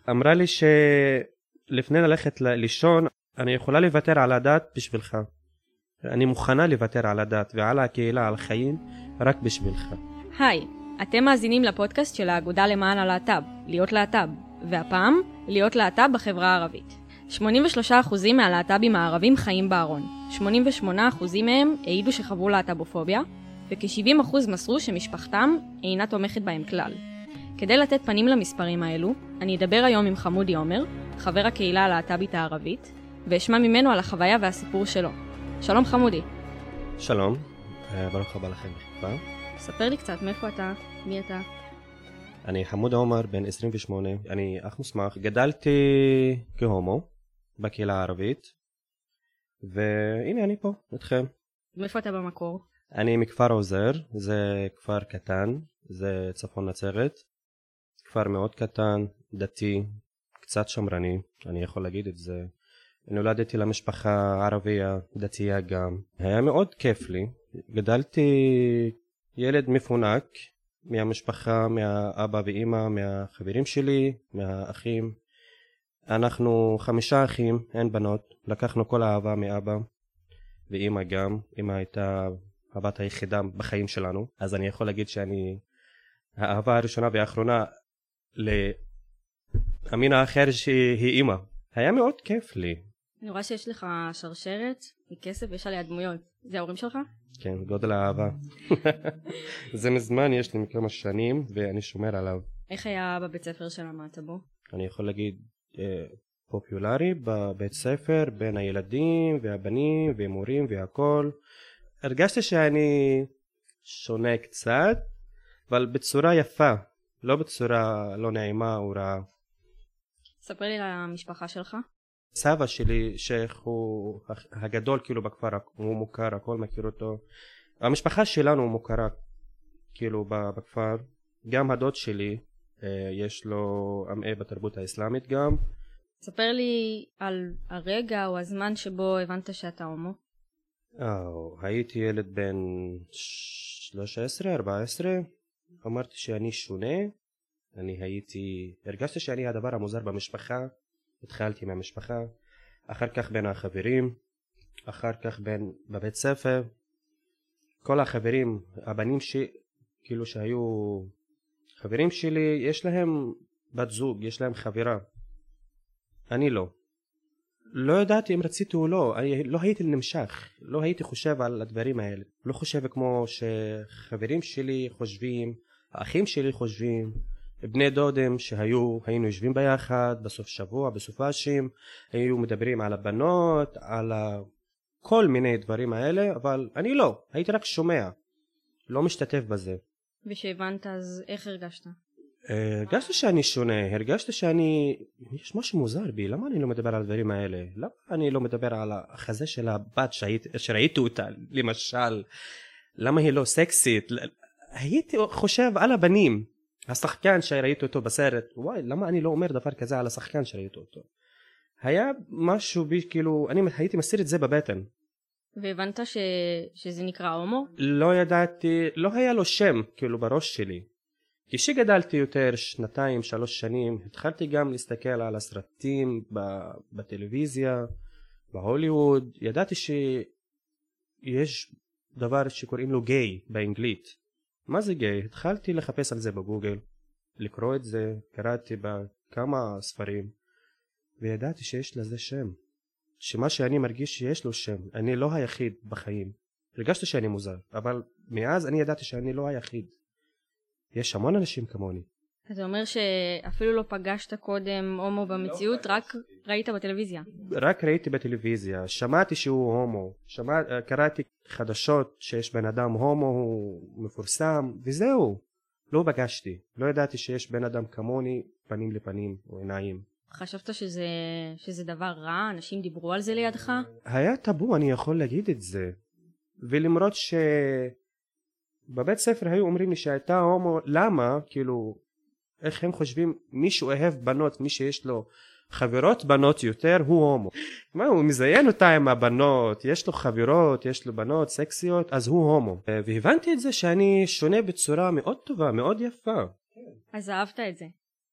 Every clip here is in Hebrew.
אמרה לי שלפני ללכת לישון, אני יכולה לוותר על הדת בשבילך. אני מוכנה לוותר על הדת ועל הקהילה, על החיים, רק בשבילך. היי, אתם מאזינים לפודקאסט של האגודה למען הלהט"ב, להיות להט"ב, והפעם, להיות להט"ב בחברה הערבית. 83% מהלהט"בים הערבים חיים בארון. 88% מהם העידו שחוו להט"בופוביה, וכ-70% מסרו שמשפחתם אינה תומכת בהם כלל. כדי לתת פנים למספרים האלו, אני אדבר היום עם חמודי עומר, חבר הקהילה הלהט"בית הערבית, ואשמע ממנו על החוויה והסיפור שלו. שלום חמודי. שלום, ברוך הבא לכם בחיפה. ספר לי קצת, מאיפה אתה? מי אתה? אני חמוד עומר, בן 28, אני אח מוסמך. גדלתי כהומו בקהילה הערבית, והנה אני פה, איתכם. מאיפה אתה במקור? אני מכפר עוזר, זה כפר קטן, זה צפון נצרת. כפר מאוד קטן, דתי, קצת שמרני, אני יכול להגיד את זה. נולדתי למשפחה ערבייה, דתייה גם. היה מאוד כיף לי. גדלתי ילד מפונק מהמשפחה, מהאבא ואמא, מהחברים שלי, מהאחים. אנחנו 5 אחים, אין בנות. לקחנו כל האהבה מאבא ואמא גם. אמא הייתה הבת היחידה בחיים שלנו. אז אני יכול להגיד שאני האהבה הראשונה והאחרונה לאמין האחר שהיא אמא. היה מאוד כיף לי. אני רואה שיש לך שרשרת מכסף ויש עליה דמויות. זה ההורים שלך? כן, גודל האהבה. זה מזמן, יש לי כמה שנים ואני שומר עליו. איך היה בבית ספר שלמדת בו? אני יכול להגיד פופולרי בבית ספר בין הילדים והבנים והמורים והכל. הרגשתי שאני שונה קצת, אבל בצורה יפה, לא בצורה לא נעימה או רעה. ספר לי על המשפחה שלך. סבא שלי, שייך, הוא הגדול כאילו בכפר, הוא מוכר, הכל מכיר אותו. המשפחה שלנו מוכרה כאילו בכפר. גם הדוד שלי, יש לו אמאה בתרבות האסלאמית גם. ספר לי על הרגע או הזמן שבו הבנת שאתה הומו. הייתי ילד בן 13-14. אמרתי שאני שונה. הרגשתי שאני הדבר המוזר במשפחה. התחלתי מהמשפחה, אחר כך בין החברים, אחר כך בבית ספר. כל החברים, הבנים כאילו שהיו חברים שלי, יש להם בת זוג, יש להם חברה. אני לא ידעתי אם רציתי או לא. אני לא הייתי נמשך, לא הייתי חושב על הדברים האלה. לא חושב כמו שחברים שלי חושבים, האחים שלי חושבים. בני דודים היינו יושבים ביחד בסוף שבוע, בסופשים, היו מדברים על הבנות, על כל מיני דברים האלה, אבל אני הייתי רק שומע, לא משתתף בזה. ושהבנת אז איך הרגשת? הרגשתי שאני שונה, הרגשתי יש משהו מוזר בי, למה אני לא מדבר על הדברים האלה? למה אני לא מדבר על החזה של הבת שראיתי אותה, למשל? למה היא לא סקסית? הייתי חושב על הבנים. השחקן שראיתי אותו בסרט, וואי, למה אני לא אומר דבר כזה על השחקן שראיתי אותו? היה משהו בי, כאילו, אני הייתי מסיר את זה בבטן. והבנת שזה נקרא הומו? לא ידעתי, לא היה לו שם, כאילו, בראש שלי. כשגדלתי יותר 2-3 שנים, התחלתי גם להסתכל על הסרטים בטלוויזיה, בהוליווד. ידעתי שיש דבר שקוראים לו גיי באנגלית. מה זה גיי? התחלתי לחפש על זה בגוגל, לקרוא את זה, קראתי בכמה ספרים, וידעתי שיש לזה שם. שמה שאני מרגיש שיש לו שם, אני לא היחיד בחיים. הרגשתי שאני מוזר, אבל מאז אני ידעתי שאני לא היחיד. יש המון אנשים כמוני. אתה אומר שאפילו לא פגשת קודם הומו במציאות, רק ראית בטלוויזיה. רק ראיתי בטלוויזיה, שמעתי שהוא הומו, קראתי חדשות שיש בן אדם הומו, הוא מפורסם, וזהו. לא פגשתי, לא ידעתי שיש בן אדם כמוני, פנים לפנים או עיניים. חשבת שזה דבר רע? אנשים דיברו על זה לידך? היה טאבו, אני יכול להגיד את זה. ולמרות שבבית ספר היו אומרים לי שהייתה הומו, למה? כאילו, איך הם חושבים מישהו אוהב בנות, מי שיש לו חברות בנות יותר, הוא הומו. מה, הוא מזיין אותה עם הבנות, יש לו חברות, יש לו בנות סקסיות, אז הוא הומו. והבנתי את זה שאני שונה בצורה מאוד טובה, מאוד יפה. אז אהבת את זה?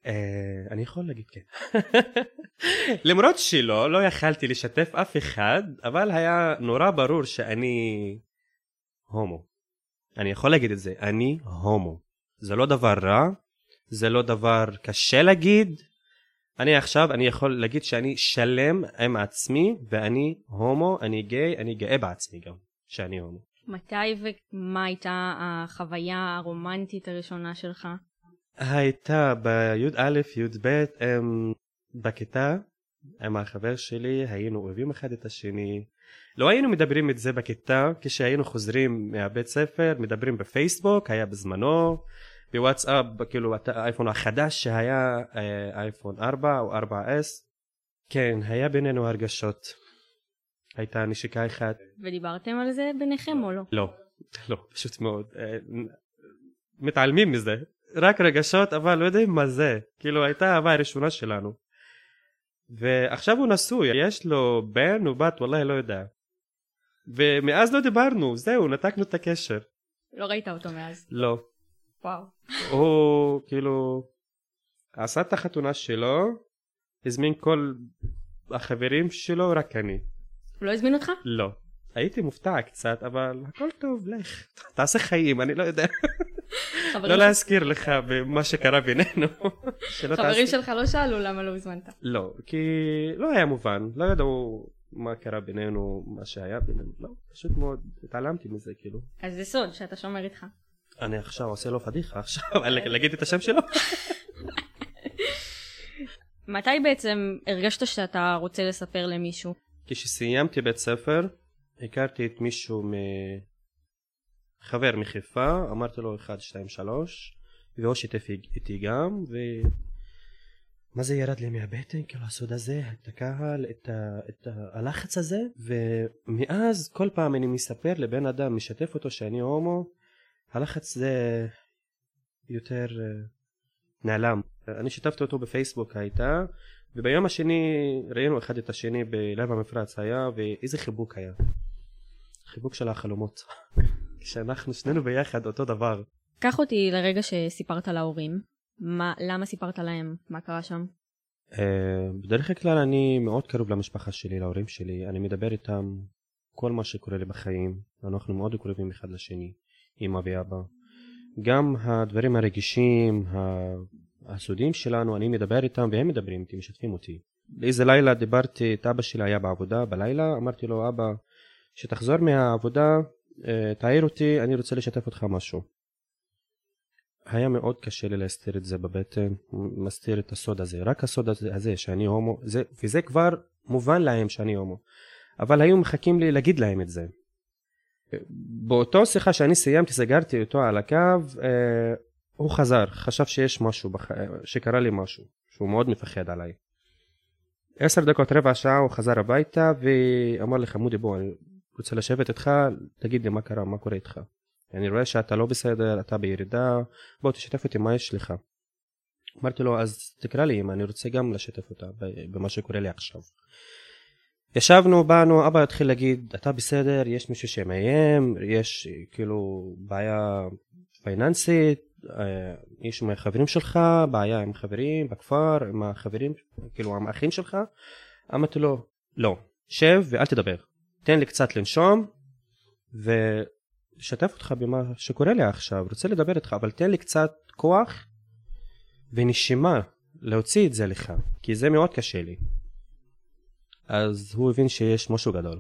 אני יכול להגיד כן. למרות שלא, לא יכלתי לשתף אף אחד, אבל היה נורא ברור שאני הומו. אני יכול להגיד את זה, אני הומו. זה לא דבר רע, זה לא דבר קשה להגיד. אני יכול להגיד שאני שלם עם עצמי, ואני הומו, אני גיי, אני גאה בעצמי גם, שאני הומו. מתי ומה הייתה החוויה הרומנטית הראשונה שלך? הייתה בי"א, י"ב, בכיתה, עם החבר שלי, היינו אוהבים אחד את השני. לא היינו מדברים את זה בכיתה, כשהיינו חוזרים מהבית ספר, מדברים בפייסבוק, היה בזמנו, בוואטסאפ, כאילו האייפון החדש שהיה אייפון 4 או 4S. כן, היה בינינו הרגשות. הייתה נשיקה אחת. ודיברתם על זה ביניכם או לא? לא, פשוט מאוד. מתעלמים מזה. רק רגשות, אבל לא יודעים מה זה. כאילו הייתה האהבה הראשונה שלנו. ועכשיו הוא נשוי, יש לו בן או בת, וואלה לא יודע. ומאז לא דיברנו, זהו, נתקנו את הקשר. לא ראית אותו מאז? לא. וואו. הוא כאילו עשה את החתונה שלו, הזמין כל החברים שלו, רק אני. הוא לא הזמין אותך? לא. הייתי מופתע קצת, אבל הכל טוב, לך. תעשה חיים, אני לא יודע. לא להזכיר לך במה שקרה בינינו. חברים שלך לא שאלו למה לא הזמנת? לא, כי לא היה מובן. לא ידעו מה קרה בינינו, מה שהיה בינינו. לא, פשוט מאוד התעלמתי מזה, כאילו. אז זה סוד שאתה שומר איתך. אני עכשיו עושה לו פדיחה, עכשיו, להגיד את השם שלו. מתי בעצם הרגשת שאתה רוצה לספר למישהו? כשסיימתי בית ספר, הכרתי את מישהו חבר מחיפה, אמרתי לו 1, 2, 3, והוא שיתף איתי גם, ומה זה ירד לי מהבטן, כאילו הסוד הזה, את הקהל, את הלחץ הזה, ומאז כל פעם אני מספר לבן אדם, משתף אותו שאני הומו, הלחץ זה יותר נעלם. אני שיתפתי אותו בפייסבוק הייתה, וביום השני ראינו אחד את השני בלב המפרץ היה, ואיזה חיבוק היה. חיבוק של החלומות. כשאנחנו שנינו ביחד אותו דבר. קח אותי לרגע שסיפרת להורים. למה סיפרת להם? מה קרה שם? בדרך כלל אני מאוד קרוב למשפחה שלי, להורים שלי. אני מדבר איתם כל מה שקורה לי בחיים. אנחנו מאוד קרובים אחד לשני, אמא ואבא. גם הדברים הרגישים, הסודיים שלנו, אני מדבר איתם והם מדברים איתי, משתפים אותי. באיזה לילה דיברתי, את אבא שלי היה בעבודה בלילה, אמרתי לו, אבא, שתחזור מהעבודה, תעיר אותי, אני רוצה לשתף אותך משהו. היה מאוד קשה לי להסתיר את זה בבטן, מסתיר את הסוד הזה, רק הסוד הזה שאני הומו, וזה כבר מובן להם שאני הומו. אבל היו מחכים לי להגיד להם את זה. באותו שיחה שאני סיימתי, סגרתי אותו על הקו, הוא חזר, חשב שיש משהו, שקרה לי משהו, שהוא מאוד מפחד עליי. 10 דקות, רבע שעה, הוא חזר הביתה, ואמר לך, מודי בוא, אני רוצה לשבת איתך, תגיד לי מה קרה, מה קורה איתך. אני רואה שאתה לא בסדר, אתה בירידה, בוא תשתף אותי, מה יש לך? אמרתי לו, אז תקרא לי, אם אני רוצה גם לשתף אותה, במה שקורה לי עכשיו. ישבנו, באנו, אבא התחיל להגיד, אתה בסדר, יש מישהו שמאיים, יש כאילו בעיה פיננסית, יש עם החברים שלך, בעיה עם חברים בכפר, עם החברים, כאילו עם האחים שלך. אמרתי לו, לא, שב ואל תדבר, תן לי קצת לנשום ולשתף אותך במה שקורה לי עכשיו, רוצה לדבר איתך, אבל תן לי קצת כוח ונשימה להוציא את זה לך, כי זה מאוד קשה לי. אז הוא הבין שיש משהו גדול.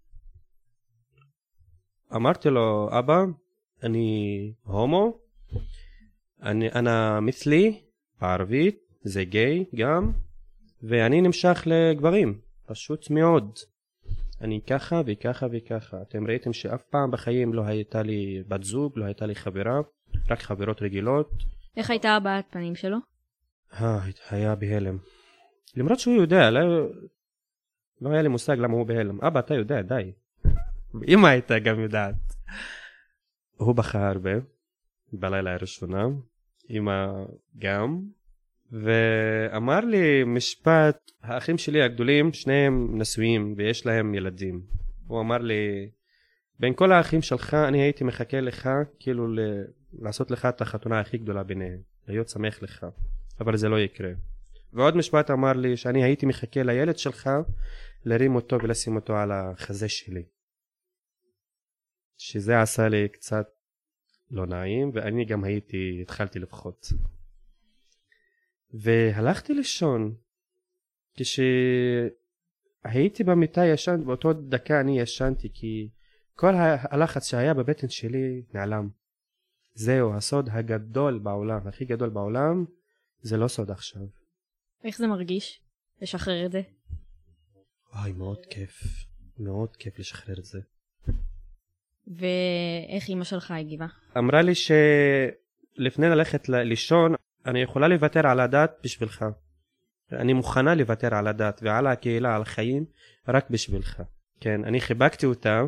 אמרתי לו, אבא, אני הומו, אני מצלי, בערבית, זה גיי גם, ואני נמשך לגברים, פשוט מאוד. אני ככה וככה וככה. אתם ראיתם שאף פעם בחיים לא הייתה לי בת זוג, לא הייתה לי חברה, רק חברות רגילות. איך הייתה הבעת פנים שלו? היה בהלם. למרות שהוא יודע, לא היה לי מושג למה הוא בהלם. אבא, אתה יודע, די. אמא הייתה גם יודעת. הוא בכה הרבה, בלילה הראשונה, אמא גם, ואמר לי משפט, האחים שלי הגדולים, שניהם נשואים ויש להם ילדים. הוא אמר לי, בין כל האחים שלך, אני הייתי מחכה לך, כאילו לעשות לך את החתונה הכי גדולה ביניהם, להיות שמח לך. אבל זה לא יקרה. ועוד משפט אמר לי שאני הייתי מחכה לילד שלך להרים אותו ולשים אותו על החזה שלי, שזה עשה לי קצת לא נעים, ואני גם התחלתי לבכות והלכתי לישון. כשהייתי במיטה ישנתי, באותו דקה אני ישנתי, כי כל הלחץ שהיה בבטן שלי נעלם. זהו, הסוד הגדול בעולם, הכי גדול בעולם, זה לא סוד עכשיו. איך זה מרגיש לשחרר את זה? וואי, מאוד כיף, מאוד כיף לשחרר את זה. ואיך אמא שלך הגיבה? אמרה לי שלפני ללכת לישון, אני יכולה לוותר על הדת בשבילך. אני מוכנה לוותר על הדת ועל הקהילה, על החיים, רק בשבילך. כן, אני חיבקתי אותה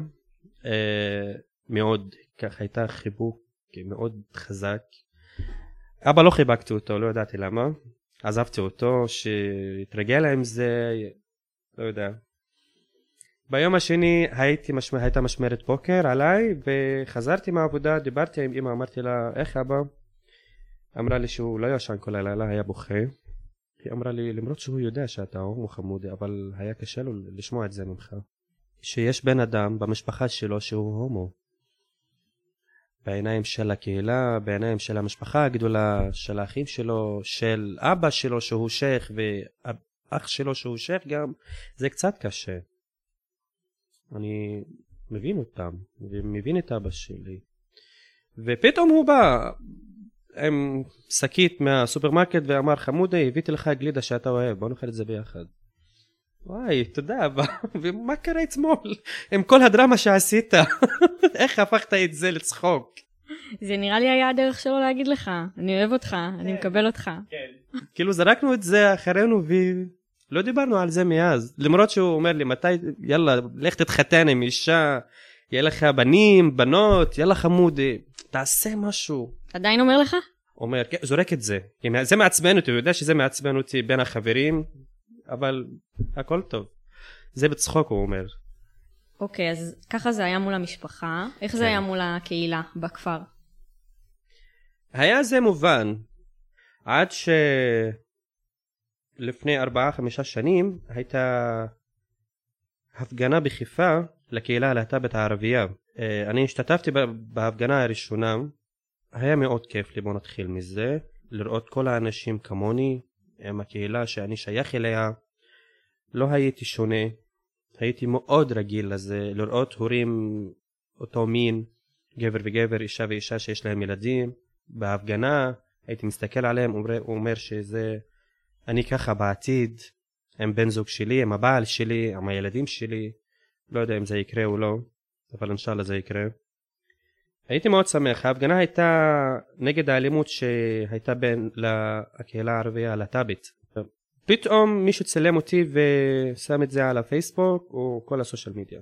מאוד, כך הייתה חיבוק מאוד חזק. אבא לא חיבקתי אותו, לא ידעתי למה. עזבתי אותו, שהתרגל עם זה, לא יודע. ביום השני הייתה משמרת בוקר עליי, וחזרתי מהעבודה, דיברתי עם אמא, אמרתי לה, איך אבא? אמרה לי שהוא לא ישן כל הלילה, היה בוכה. היא אמרה לי, למרות שהוא יודע שאתה הומו חמודי, אבל היה קשה לו לשמוע את זה ממך. שיש בן אדם במשפחה שלו שהוא הומו. בעיניים של הקהילה, בעיניים של המשפחה הגדולה, של האחים שלו, של אבא שלו שהוא שייך, ואח שלו שהוא שייך גם, זה קצת קשה. אני מבין אותם, ומבין את אבא שלי. ופתאום הוא בא עם שקית מהסופרמרקט ואמר, חמודי, הבאתי לך גלידה שאתה אוהב, בוא נאכל את זה ביחד. וואי, תודה אבא, ומה קרה אתמול? עם כל הדרמה שעשית, איך הפכת את זה לצחוק? זה נראה לי היה הדרך שלו להגיד לך, אני אוהב אותך, אני מקבל אותך. כאילו זרקנו את זה אחרינו ולא דיברנו על זה מאז. למרות שהוא אומר לי, מתי, יאללה, לך תתחתן עם אישה, יהיה לך בנים, בנות, יאללה חמודי, תעשה משהו. עדיין אומר לך? אומר, זורק את זה. זה מעצבן אותי, הוא יודע שזה מעצבן אותי בין החברים, אבל הכל טוב. זה בצחוק הוא אומר. אוקיי, אז ככה זה היה מול המשפחה. איך זה היה מול הקהילה בכפר? היה זה מובן. עד שלפני 4-5 שנים הייתה הפגנה בחיפה לקהילה הלהט"בית הערבייה. אני השתתפתי בהפגנה הראשונה. היה מאוד כיף לי, בוא נתחיל מזה. לראות כל האנשים כמוני, עם הקהילה שאני שייך אליה. לא הייתי שונה. הייתי מאוד רגיל לזה, לראות הורים אותו מין, גבר וגבר, אישה ואישה שיש להם ילדים. בהפגנה הייתי מסתכל עליהם, הוא אומר שזה אני ככה בעתיד, עם בן זוג שלי, עם הבעל שלי, עם הילדים שלי. לא יודע אם זה יקרה או לא, אבל אינשאללה זה יקרה. הייתי מאוד שמח. ההפגנה הייתה נגד האלימות שהייתה בין לקהילה הערבייה הלהט"בית. פתאום מישהו צלם אותי ושם את זה על הפייסבוק או כל הסושיאל מדיה.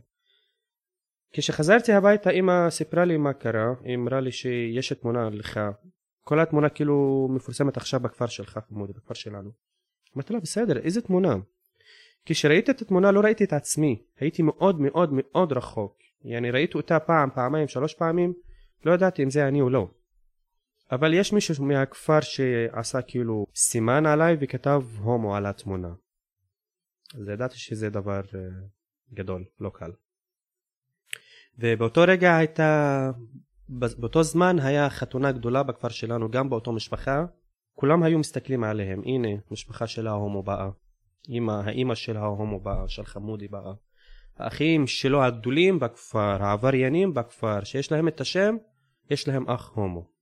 כשחזרתי הביתה אמא סיפרה לי מה קרה, היא אמרה לי שיש תמונה לך, כל התמונה כאילו מפורסמת עכשיו בכפר שלך חמוד, בכפר שלנו. אמרתי לה בסדר, איזה תמונה? כשראיתי את התמונה לא ראיתי את עצמי, הייתי מאוד מאוד מאוד רחוק. אני ראיתי אותה פעם, פעמיים, 3 פעמים, לא ידעתי אם זה אני או לא. אבל יש מישהו מהכפר שעשה כאילו סימן עליי וכתב הומו על התמונה. אז ידעתי שזה דבר גדול, לא קל. ובאותו רגע באותו זמן היה חתונה גדולה בכפר שלנו, גם באותו משפחה. כולם היו מסתכלים עליהם, הנה, משפחה של ההומו באה. האמא של ההומו באה, של חמודי באה. האחים שלו הגדולים בכפר, העבריינים בכפר, שיש להם את השם, יש להם אח הומו.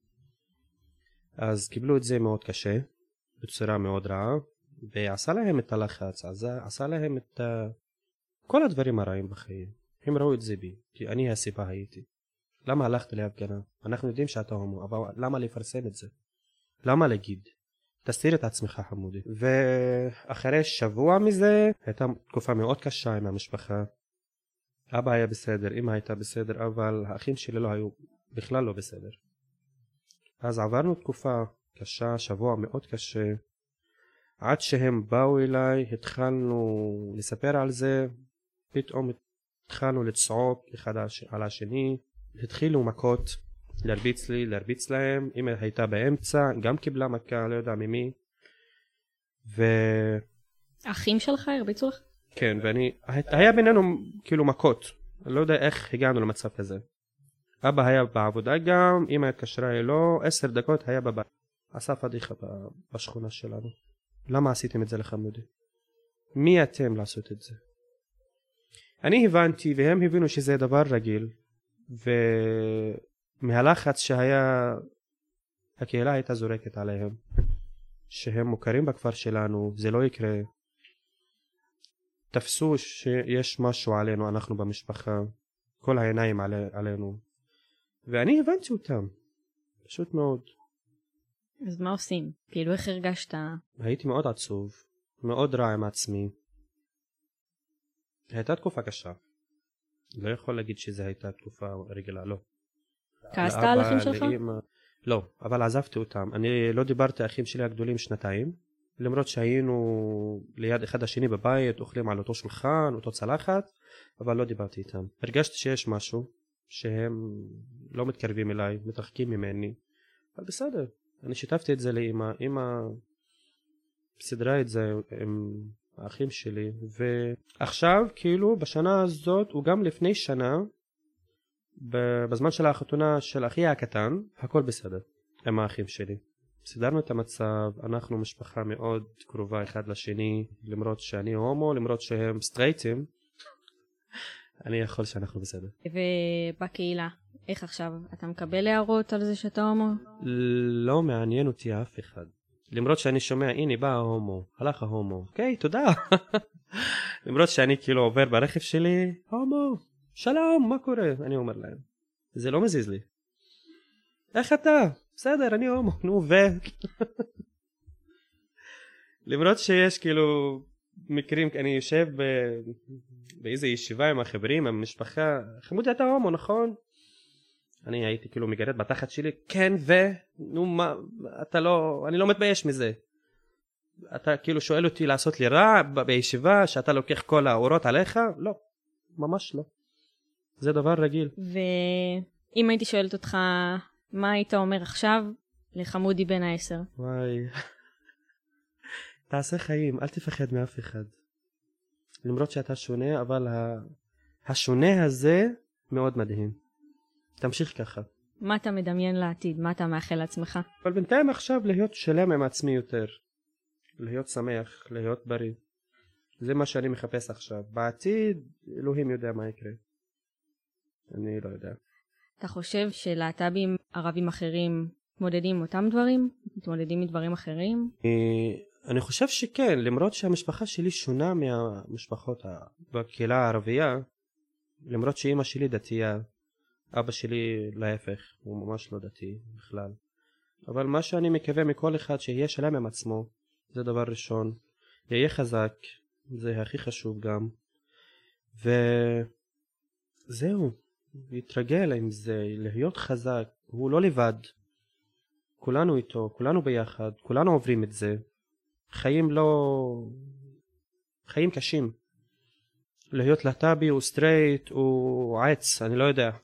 אז קיבלו את זה מאוד קשה, בצורה מאוד רעה, ועשה להם את הלחץ, עשה להם את כל הדברים הרעים בחיים. הם ראו את זה בי, כי אני הסיבה הייתי. למה הלכת להפגנה? אנחנו יודעים שאתה הומו, אבל למה לפרסם את זה? למה להגיד? תסתיר את עצמך חמודי. ואחרי שבוע מזה, הייתה תקופה מאוד קשה עם המשפחה. אבא היה בסדר, אמא הייתה בסדר, אבל האחים שלי לא היו בכלל לא בסדר. אז עברנו תקופה קשה, שבוע מאוד קשה. עד שהם באו אליי, התחלנו לספר על זה, פתאום התחלנו לצעוק אחד על השני, התחילו מכות, להרביץ לי, להרביץ להם, אמא הייתה באמצע, גם קיבלה מכה, לא יודע ממי. האחים שלך הרביצו לך? כן, היה בינינו כאילו מכות. אני לא יודע איך הגענו למצב כזה. אבא היה בעבודה גם, אמא התקשרה אלו, 10 דקות היה בבית. עשה פדיחה בשכונה שלנו. למה עשיתם את זה לחמודי? מי אתם לעשות את זה? אני הבנתי והם הבינו שזה דבר רגיל, ומהלחץ שהיה, הקהילה הייתה זורקת עליהם, שהם מוכרים בכפר שלנו, זה לא יקרה. תפסו שיש משהו עלינו, אנחנו במשפחה, כל העיניים עלינו, ואני הבנתי אותם, פשוט מאוד. אז מה עושים? כאילו איך הרגשת? הייתי מאוד עצוב, מאוד רע עם עצמי. הייתה תקופה קשה. לא יכול להגיד שזו הייתה תקופה רגילה, לא. כעסת על אחים שלך? לא, אבל עזבתי אותם. אני לא דיברתי על אחים שלי הגדולים 2, למרות שהיינו ליד אחד השני בבית, אוכלים על אותו שולחן, אותו צלחת, אבל לא דיברתי איתם. הרגשתי שיש משהו, שהם לא מתקרבים אליי, מתרחקים ממני, אבל בסדר. אני שיתפתי את זה לאמא, אמא סדרה את זה עם האחים שלי, ועכשיו כאילו בשנה הזאת, וגם לפני שנה, בזמן של החתונה של אחי הקטן, הכל בסדר עם האחים שלי. סידרנו את המצב, אנחנו משפחה מאוד קרובה אחד לשני, למרות שאני הומו, למרות שהם סטרייטים, אני יכול שאנחנו בסדר. ובקהילה, איך עכשיו? אתה מקבל הערות על זה שאתה הומו? לא מעניין אותי אף אחד. למרות שאני שומע, הנה בא ההומו, הלך ההומו, אוקיי, תודה. למרות שאני כאילו עובר ברכב שלי, הומו, שלום, מה קורה? אני אומר להם, זה לא מזיז לי. איך אתה? בסדר, אני הומו, נו, למרות שיש כאילו מקרים, אני יושב באיזה ישיבה עם החברים, עם המשפחה, חמודי אתה הומו, נכון? אני הייתי כאילו מגרד בתחת שלי, כן נו מה, אתה לא, אני לא מתבייש מזה. אתה כאילו שואל אותי לעשות לי רע בישיבה, שאתה לוקח כל האורות עליך? לא, ממש לא. זה דבר רגיל. ואם הייתי שואלת אותך, מה היית אומר עכשיו לחמודי בן 10? וואי, תעשה חיים, אל תפחד מאף אחד. למרות שאתה שונה, אבל השונה הזה מאוד מדהים. תמשיך ככה. מה אתה מדמיין לעתיד? מה אתה מאחל לעצמך? אבל בינתיים עכשיו להיות שלם עם עצמי יותר. להיות שמח, להיות בריא. זה מה שאני מחפש עכשיו. בעתיד, אלוהים יודע מה יקרה. אני לא יודע. אתה חושב שלהט"בים ערבים אחרים מתמודדים עם אותם דברים? מתמודדים עם דברים אחרים? אני חושב שכן, למרות שהמשפחה שלי שונה מהמשפחות בקהילה הערבייה, למרות שאמא שלי דתייה, אבא שלי להפך, הוא ממש לא דתי בכלל. אבל מה שאני מקווה מכל אחד שיהיה שלם עם עצמו, זה דבר ראשון. יהיה חזק, זה הכי חשוב גם. וזהו, להתרגל עם זה, להיות חזק, הוא לא לבד. כולנו איתו, כולנו ביחד, כולנו עוברים את זה. חיים קשים. להיות להט"בי או סטרייט או עץ, אני לא יודע.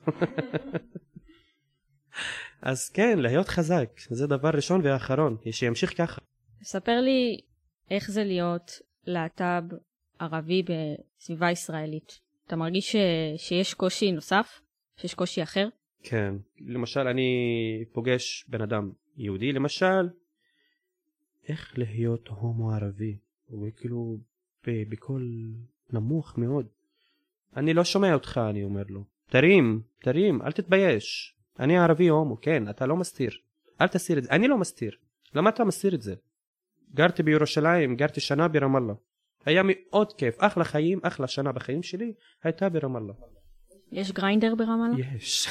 אז כן, להיות חזק, זה דבר ראשון ואחרון, שימשיך ככה. ספר לי איך זה להיות להט"ב ערבי בסביבה ישראלית. אתה מרגיש שיש קושי נוסף? שיש קושי אחר? כן, למשל אני פוגש בן אדם יהודי, למשל, איך להיות הומו ערבי, וכאילו בקול נמוך מאוד. אני לא שומע אותך, אני אומר לו. תרים, אל תתבייש. אני ערבי הומו, כן, אתה לא מסתיר. אל תסתיר את זה, אני לא מסתיר. למה אתה מסתיר את זה? גרתי בירושלים, גרתי שנה ברמאללה. היה מאוד כיף, אחלה חיים, אחלה שנה בחיים שלי, הייתה ברמאללה. יש גריינדר ברמאללה? יש.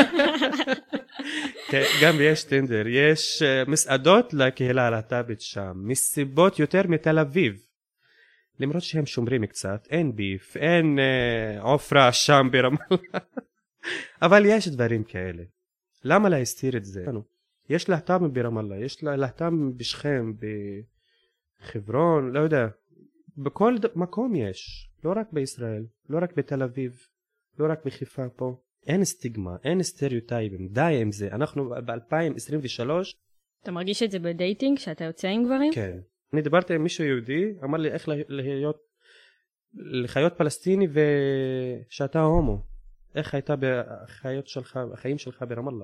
כן, גם יש טינדר, יש מסעדות לקהילה הלהט"בית שם, מסיבות יותר מתל אביב. למרות שהם שומרים קצת, אין ביף, אין עופרה שם ברמאללה. אבל יש דברים כאלה. למה להסתיר את זה? יש להט"ב ברמאללה, יש להט"ב בשכם, בחברון, לא יודע. בכל מקום יש, לא רק בישראל, לא רק בתל אביב, לא רק בחיפה פה. אין סטיגמה, אין סטריאוטייפים, די עם זה. אנחנו ב-2023. אתה מרגיש את זה בדייטינג, שאתה יוצא עם גברים? כן, אני דיברתי עם מישהו יהודי, אמר לי איך לחיות פלסטיני ושאתה הומו. איך הייתה החיים שלך ברמאללה?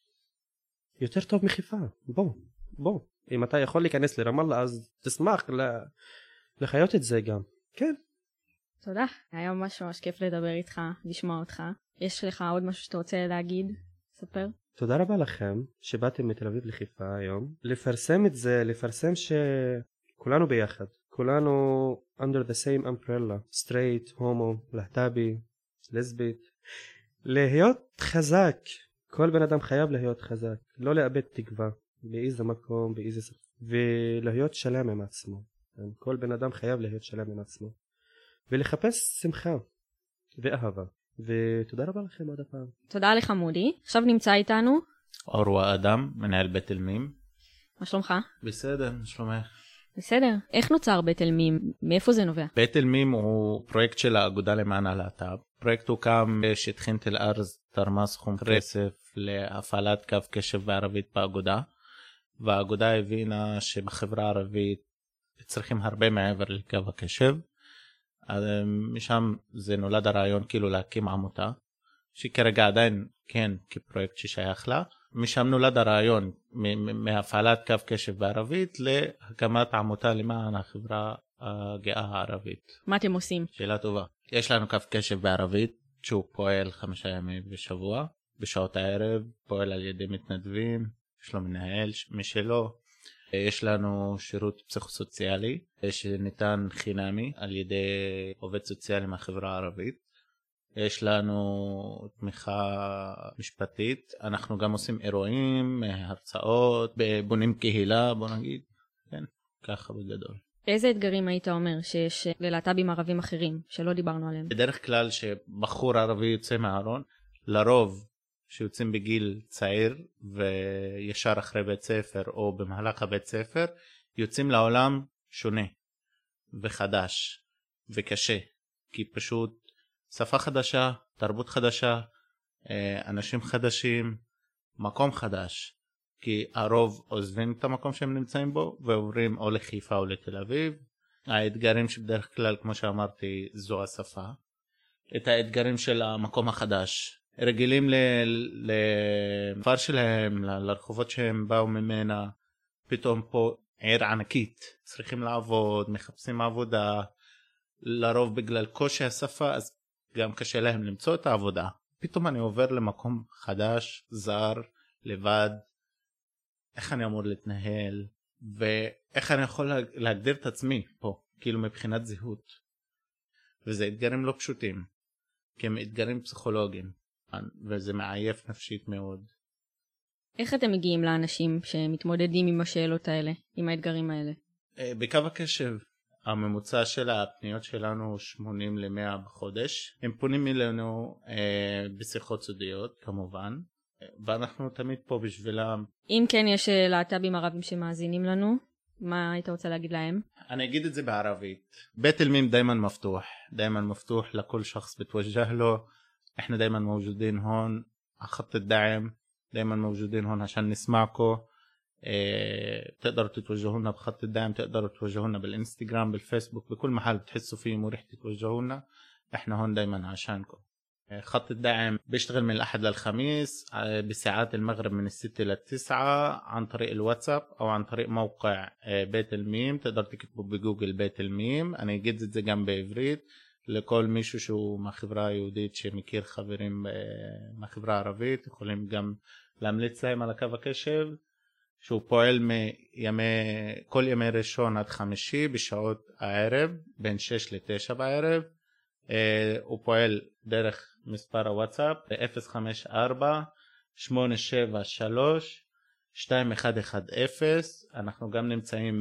יותר טוב מחיפה. בוא. אם אתה יכול להיכנס לרמאללה, אז תשמח לחיות את זה גם. כן. תודה. היה ממש כיף לדבר איתך, לשמוע אותך. יש לך עוד משהו שאתה רוצה להגיד? ספר. תודה רבה לכם שבאתם מתל אביב לחיפה היום. לפרסם את זה, לפרסם שכולנו ביחד. כולנו under the same umbrella. straight, homo, להט"בי, לסבית. להיות חזק. כל בן אדם חייב להיות חזק. לא לאבד תקווה. באיזה מקום, באיזה ספר. ולהיות שלם עם עצמו. כל בן אדם חייב להיות שלם עם עצמו. ולחפש שמחה ואהבה. ותודה רבה לכם עוד הפעם. תודה לך מודי. עכשיו נמצא איתנו אורווה אדם, מנהל בית אלמים. מה שלומך? בסדר, מה שלומך? בסדר. איך נוצר בית אלמים? מאיפה זה נובע? בית אלמים הוא פרויקט של האגודה למען הלהט"ב. פרויקט הוקם בשטחין תל ארז, תרמה סכום כסף להפעלת קו קשב בערבית באגודה. והאגודה הבינה שבחברה הערבית צריכים הרבה מעבר לקו הקשב. משם זה נולד הרעיון כאילו להקים עמותה, שכרגע עדיין כן כפרויקט ששייך לה. משם נולד הרעיון מהפעלת קו קשב בערבית להקמת עמותה למען החברה הגאה הערבית. מה אתם עושים? שאלה טובה. יש לנו קו קשב בערבית שהוא פועל 5 ימים בשבוע, בשעות הערב, פועל על ידי מתנדבים, יש לו מנהל משלו. יש לנו שירות פסיכוסוציאלי שניתן חינמי על ידי עובד סוציאלי מהחברה הערבית. יש לנו תמיכה משפטית. אנחנו גם עושים אירועים, הרצאות, בונים קהילה, בוא נגיד. כן, ככה בגדול. איזה אתגרים היית אומר שיש ללהט"בים ערבים אחרים שלא דיברנו עליהם? בדרך כלל שבחור ערבי יוצא מהארון, לרוב שיוצאים בגיל צעיר וישר אחרי בית ספר או במהלך הבית ספר, יוצאים לעולם שונה וחדש וקשה, כי פשוט שפה חדשה, תרבות חדשה, אנשים חדשים, מקום חדש, כי הרוב עוזבים את המקום שהם נמצאים בו ועוברים או לחיפה או לתל אביב. האתגרים שבדרך כלל, כמו שאמרתי, זו השפה. את האתגרים של המקום החדש, רגילים לכפר שלהם, לרחובות שהם באו ממנה, פתאום פה עיר ענקית, צריכים לעבוד, מחפשים עבודה, לרוב בגלל קושי השפה, אז גם קשה להם למצוא את העבודה. פתאום אני עובר למקום חדש, זר, לבד, איך אני אמור להתנהל, ואיך אני יכול להגדיר את עצמי פה, כאילו מבחינת זהות. וזה אתגרים לא פשוטים, כי הם אתגרים פסיכולוגיים. וזה מעייף נפשית מאוד. איך אתם מגיעים לאנשים שמתמודדים עם השאלות האלה, עם האתגרים האלה? בקו הקשב, הממוצע של הפניות שלנו 80 ל-100 בחודש. הם פונים אלינו בשיחות סודיות כמובן, ואנחנו תמיד פה בשבילם. אם כן יש להט"בים ערבים שמאזינים לנו, מה היית רוצה להגיד להם? אני אגיד את זה בערבית. בית אלמים دايما مفتوح لكل شخص بتوجه له. احنا دايما موجودين هون على خط الدعم، دايما موجودين هون عشان نسمعكم. تقدروا تتوجهوا لنا بخط الدعم، تقدروا تتوجهوا لنا بالانستغرام بالفيسبوك، بكل محل بتحسوا فيه مريح تتوجهوا لنا، احنا هون دايما عشانكم. خط الدعم بيشتغل من الأحد للخميس بساعات المغرب من 6 ل 9 عن طريق الواتساب أو عن طريق موقع بيت الميم. تقدر تكتبوا بجوجل بيت الميم. أنا جد זה גם בעברית לכל מישהו שהוא מהחברה היהודית שמכיר חברים מהחברה הערבית, יכולים גם להמליץ להם על הקו הקשב, שהוא פועל כל ימי ראשון עד חמישי בשעות הערב, בין 6 ל-9 בערב. הוא פועל דרך מספר הוואטסאפ 054-873-2110. אנחנו גם נמצאים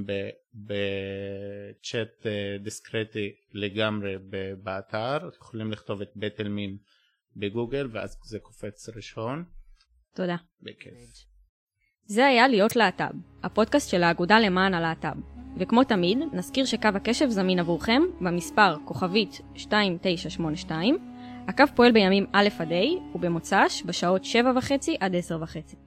בצ'אט דיסקרטי לגמרי באתר, יכולים לכתוב את בית אלמים בגוגל ואז זה קופץ ראשון. תודה. בכיף. זה היה להיות להט"ב, הפודקאסט של האגודה למען הלהט"ב. וכמו תמיד, נזכיר שקו הקשב זמין עבורכם במספר כוכבית 2982. הקו פועל בימים א' עד ה' ובמוצ"ש בשעות 7:30 עד 10:30.